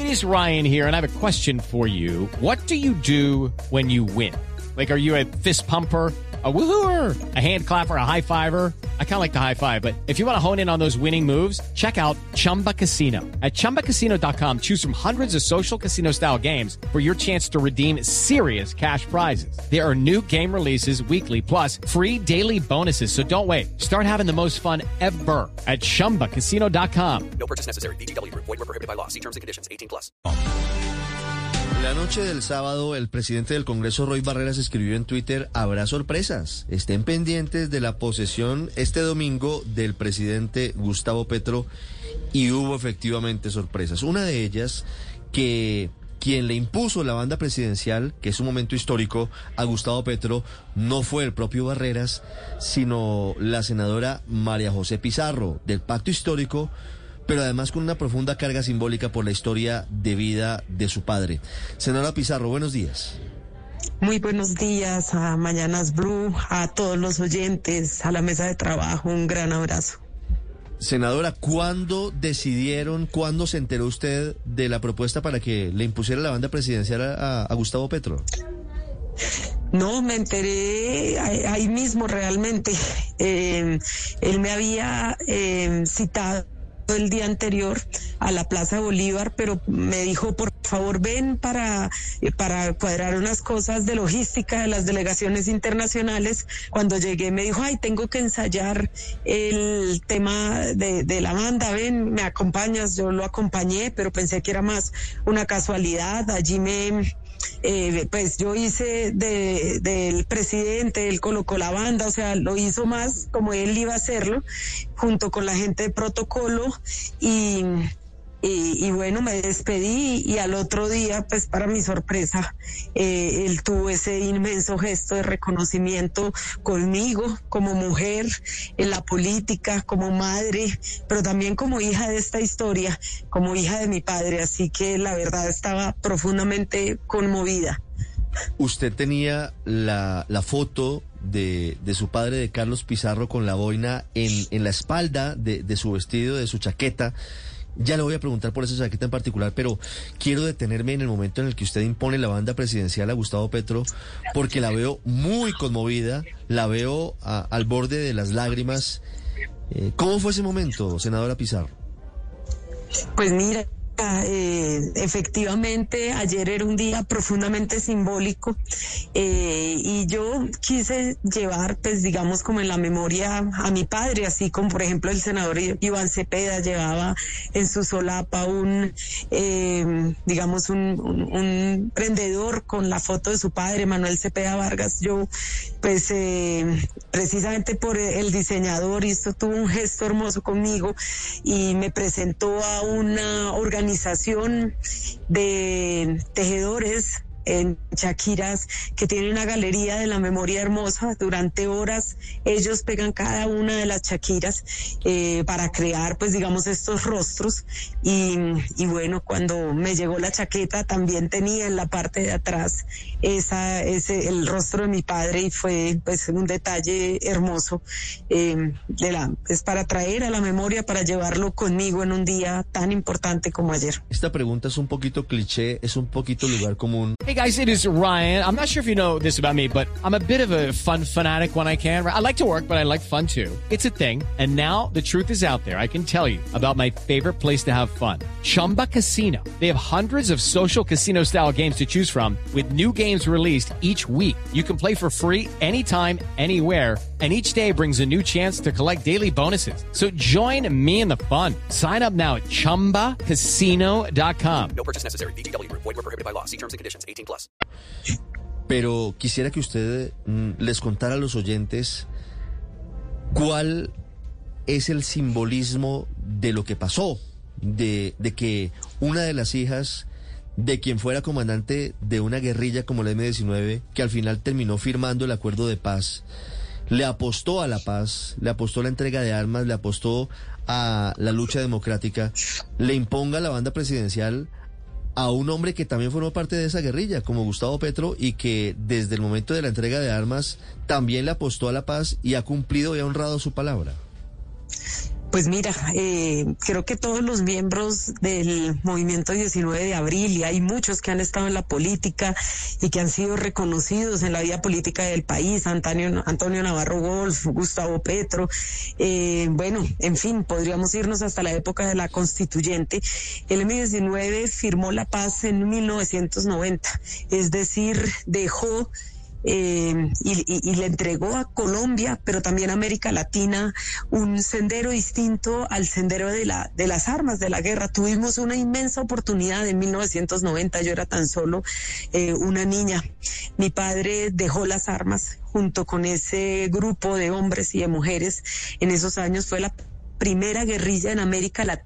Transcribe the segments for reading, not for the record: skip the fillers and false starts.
is Ryan here, and I have a question for you. What do you do when you win? Like, are you a fist pumper, a woohooer, a hand clapper, a high fiver? I kind of like the high five, but if you want to hone in on those winning moves, check out Chumba Casino. At ChumbaCasino.com, choose from hundreds of social casino-style games for your chance to redeem serious cash prizes. There are new game releases weekly, plus free daily bonuses. So don't wait. Start having the most fun ever at ChumbaCasino.com. No purchase necessary. VGW Group. Void where prohibited by law. See terms and conditions. 18+. La noche del sábado, el presidente del Congreso, Roy Barreras, escribió en Twitter: habrá sorpresas. Estén pendientes de la posesión este domingo del presidente Gustavo Petro. Y hubo efectivamente sorpresas. Una de ellas, que quien le impuso la banda presidencial, que es un momento histórico, a Gustavo Petro, no fue el propio Barreras, sino la senadora María José Pizarro, del Pacto Histórico, pero además con una profunda carga simbólica por la historia de vida de su padre. Senadora Pizarro, buenos días. Muy buenos días a Mañanas Blue, a todos los oyentes, a la mesa de trabajo, un gran abrazo. Senadora, ¿cuándo se enteró usted de la propuesta para que le impusiera la banda presidencial a Gustavo Petro? No, me enteré ahí mismo realmente. Él me había citado el día anterior a la Plaza Bolívar, pero me dijo: por favor ven para cuadrar unas cosas de logística de las delegaciones internacionales. Cuando llegué me dijo: ay, tengo que ensayar el tema de la banda, ven, me acompañas. Yo lo acompañé, pero pensé que era más una casualidad. Allí pues yo hice del presidente, él colocó la banda, o sea, lo hizo más como él iba a hacerlo, junto con la gente de protocolo, y bueno, me despedí, y al otro día, pues para mi sorpresa, él tuvo ese inmenso gesto de reconocimiento conmigo, como mujer, en la política, como madre, pero también como hija de esta historia, como hija de mi padre, así que la verdad estaba profundamente conmovida. Usted tenía la foto de su padre, de Carlos Pizarro, con la boina en la espalda de su vestido, de su chaqueta. Ya le voy a preguntar por esa chaqueta en particular, pero quiero detenerme en el momento en el que usted impone la banda presidencial a Gustavo Petro, porque la veo muy conmovida, la veo al borde de las lágrimas. ¿Cómo fue ese momento, senadora Pizarro? Pues mira, efectivamente ayer era un día profundamente simbólico, y yo quise llevar, pues digamos, como en la memoria a mi padre, así como por ejemplo el senador Iván Cepeda llevaba en su solapa un prendedor con la foto de su padre, Manuel Cepeda Vargas. Yo pues precisamente por el diseñador tuvo un gesto hermoso conmigo y me presentó a una organización de tejedores en Chaquiras, que tiene una galería de la memoria hermosa. Durante horas ellos pegan cada una de las chaquiras para crear, pues digamos, estos rostros, y bueno, cuando me llegó la chaqueta también tenía en la parte de atrás el rostro de mi padre, y fue pues un detalle hermoso, es para traer a la memoria, para llevarlo conmigo en un día tan importante como ayer. Esta pregunta es un poquito cliché, es un poquito lugar común. Hey guys, it is Ryan. I'm not sure if you know this about me, but I'm a bit of a fun fanatic when I can. I like to work, but I like fun too. It's a thing. And now the truth is out there. I can tell you about my favorite place to have fun. Chumba Casino. They have hundreds of social casino style games to choose from, with new games released each week. You can play for free anytime, anywhere. And each day brings a new chance to collect daily bonuses. So join me in the fun. Sign up now at ChumbaCasino.com. No purchase necessary. VGW Group. Void where prohibited by law. See terms and conditions. 18+. Pero quisiera que usted les contara a los oyentes cuál es el simbolismo de lo que pasó, de que una de las hijas de quien fuera comandante de una guerrilla como la M-19, que al final terminó firmando el acuerdo de paz, le apostó a la paz, le apostó a la entrega de armas, le apostó a la lucha democrática, le imponga la banda presidencial a un hombre que también formó parte de esa guerrilla, como Gustavo Petro, y que desde el momento de la entrega de armas también le apostó a la paz y ha cumplido y ha honrado su palabra. Pues mira, creo que todos los miembros del movimiento 19 de abril, y hay muchos que han estado en la política y que han sido reconocidos en la vida política del país, Antonio Navarro Wolf, Gustavo Petro, bueno, en fin, podríamos irnos hasta la época de la constituyente. El M-19 firmó la paz en 1990, es decir, dejó y le entregó a Colombia, pero también a América Latina, un sendero distinto al sendero de las armas, de la guerra. Tuvimos una inmensa oportunidad en 1990, yo era tan solo una niña. Mi padre dejó las armas junto con ese grupo de hombres y de mujeres. En esos años fue la primera guerrilla en América Latina.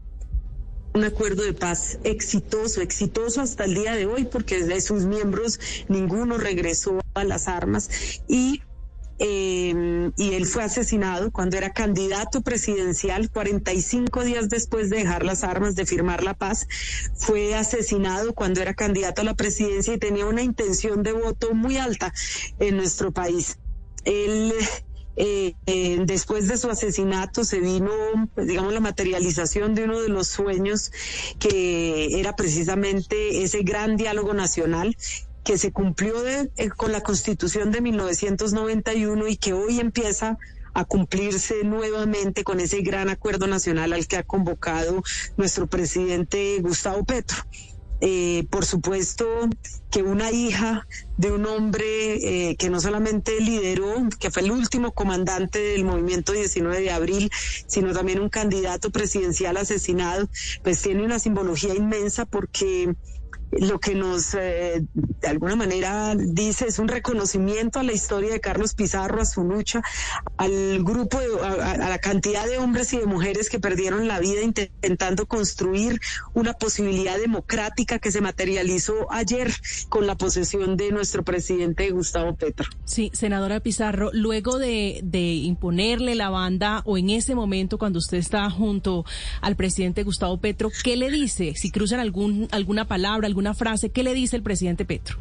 Un acuerdo de paz exitoso hasta el día de hoy, porque de sus miembros ninguno regresó a las armas y él fue asesinado cuando era candidato presidencial, 45 días después de dejar las armas, de firmar la paz. Fue asesinado cuando era candidato a la presidencia y tenía una intención de voto muy alta en nuestro país. Él después de su asesinato se vino, pues, digamos, la materialización de uno de los sueños, que era precisamente ese gran diálogo nacional que se cumplió con la Constitución de 1991 y que hoy empieza a cumplirse nuevamente con ese gran acuerdo nacional al que ha convocado nuestro presidente Gustavo Petro. Por supuesto que una hija de un hombre que no solamente lideró, que fue el último comandante del movimiento 19 de abril, sino también un candidato presidencial asesinado, pues tiene una simbología inmensa, porque lo que nos de alguna manera dice es un reconocimiento a la historia de Carlos Pizarro, a su lucha, al grupo, a la cantidad de hombres y de mujeres que perdieron la vida intentando construir una posibilidad democrática que se materializó ayer con la posesión de nuestro presidente Gustavo Petro. Sí, senadora Pizarro, luego de imponerle la banda, o en ese momento cuando usted está junto al presidente Gustavo Petro, ¿qué le dice? Si cruzan alguna palabra, alguna frase, ¿qué le dice el presidente Petro?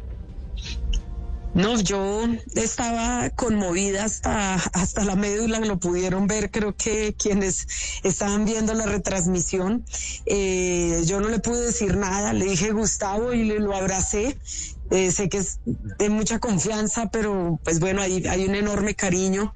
No, yo estaba conmovida hasta la médula, lo pudieron ver, creo que quienes estaban viendo la retransmisión. Yo no le pude decir nada, le dije Gustavo y lo abracé. Sé que es de mucha confianza, pero pues bueno, hay un enorme cariño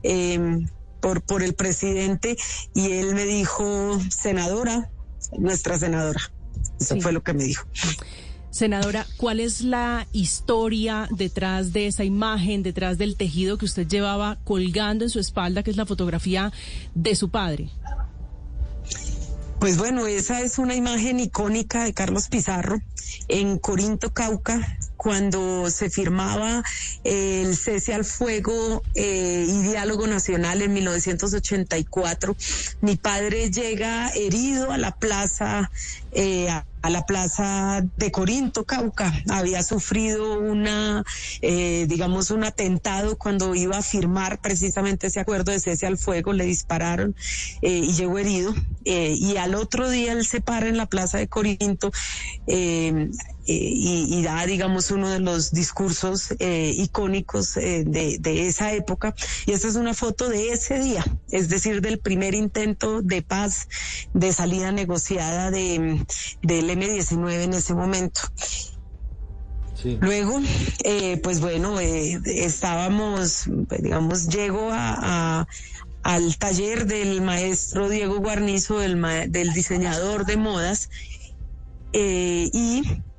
por el presidente, y él me dijo, senadora, nuestra senadora. Eso fue lo que me dijo. Senadora, ¿cuál es la historia detrás de esa imagen, detrás del tejido que usted llevaba colgando en su espalda, que es la fotografía de su padre? Pues bueno, esa es una imagen icónica de Carlos Pizarro en Corinto, Cauca, cuando se firmaba el cese al fuego y diálogo nacional en 1984. Mi padre llega herido a la plaza de Corinto, Cauca. Había sufrido un atentado cuando iba a firmar precisamente ese acuerdo de cese al fuego. Le dispararon y llegó herido. Y al otro día él se para en la plaza de Corinto y da, digamos, uno de los discursos icónicos de esa época. Y esta es una foto de ese día, es decir, del primer intento de paz, de salida negociada del M-19 en ese momento. Sí. Luego, pues bueno, estábamos, digamos, llego al taller del maestro Diego Guarnizo, del diseñador de modas, y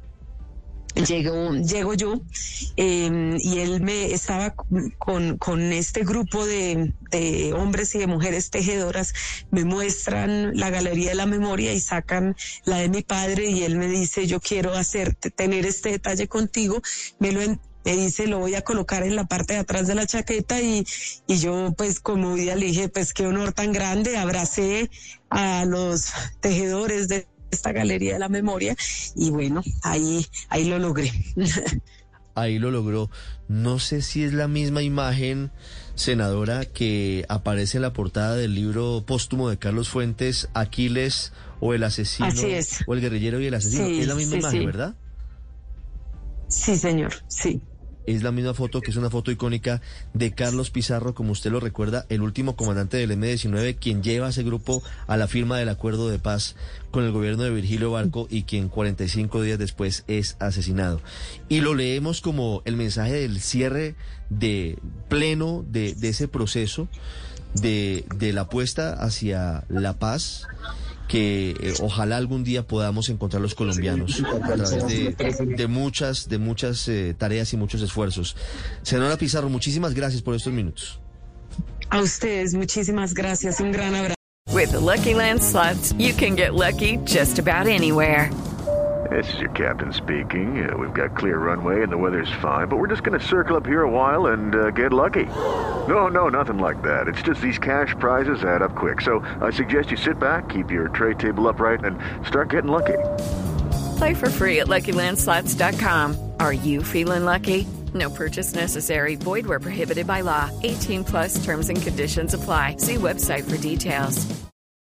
llego yo, y él me estaba con este grupo de hombres y de mujeres tejedoras. Me muestran la Galería de la Memoria y sacan la de mi padre, y él me dice, yo quiero tener este detalle contigo. Me dice, lo voy a colocar en la parte de atrás de la chaqueta, y yo, pues, conmovida, le dije, pues qué honor tan grande. Abracé a los tejedores de esta Galería de la Memoria, y bueno, ahí lo logré. Ahí lo logró. No sé si es la misma imagen, senadora, que aparece en la portada del libro póstumo de Carlos Fuentes, Aquiles o el asesino. Así es. O el guerrillero y el asesino. Sí, es la misma imagen, sí. ¿Verdad? Sí, señor, sí. es la misma foto que es una foto icónica de Carlos Pizarro, como usted lo recuerda, el último comandante del M-19, quien lleva a ese grupo a la firma del acuerdo de paz con el gobierno de Virgilio Barco y quien 45 días después es asesinado. Y lo leemos como el mensaje del cierre de pleno de ese proceso de la apuesta hacia la paz que ojalá algún día podamos encontrar los colombianos a través de muchas tareas y muchos esfuerzos. Senadora Pizarro, muchísimas gracias por estos minutos. A ustedes, muchísimas gracias. Un gran abrazo. With the Lucky Land Slots, you can get lucky just about anywhere. This is your captain speaking. We've got clear runway and the weather's fine, but we're just going to circle up here a while and get lucky. No, nothing like that. It's just these cash prizes add up quick. So I suggest you sit back, keep your tray table upright, and start getting lucky. Play for free at LuckyLandSlots.com. Are you feeling lucky? No purchase necessary. Void where prohibited by law. 18+ terms and conditions apply. See website for details.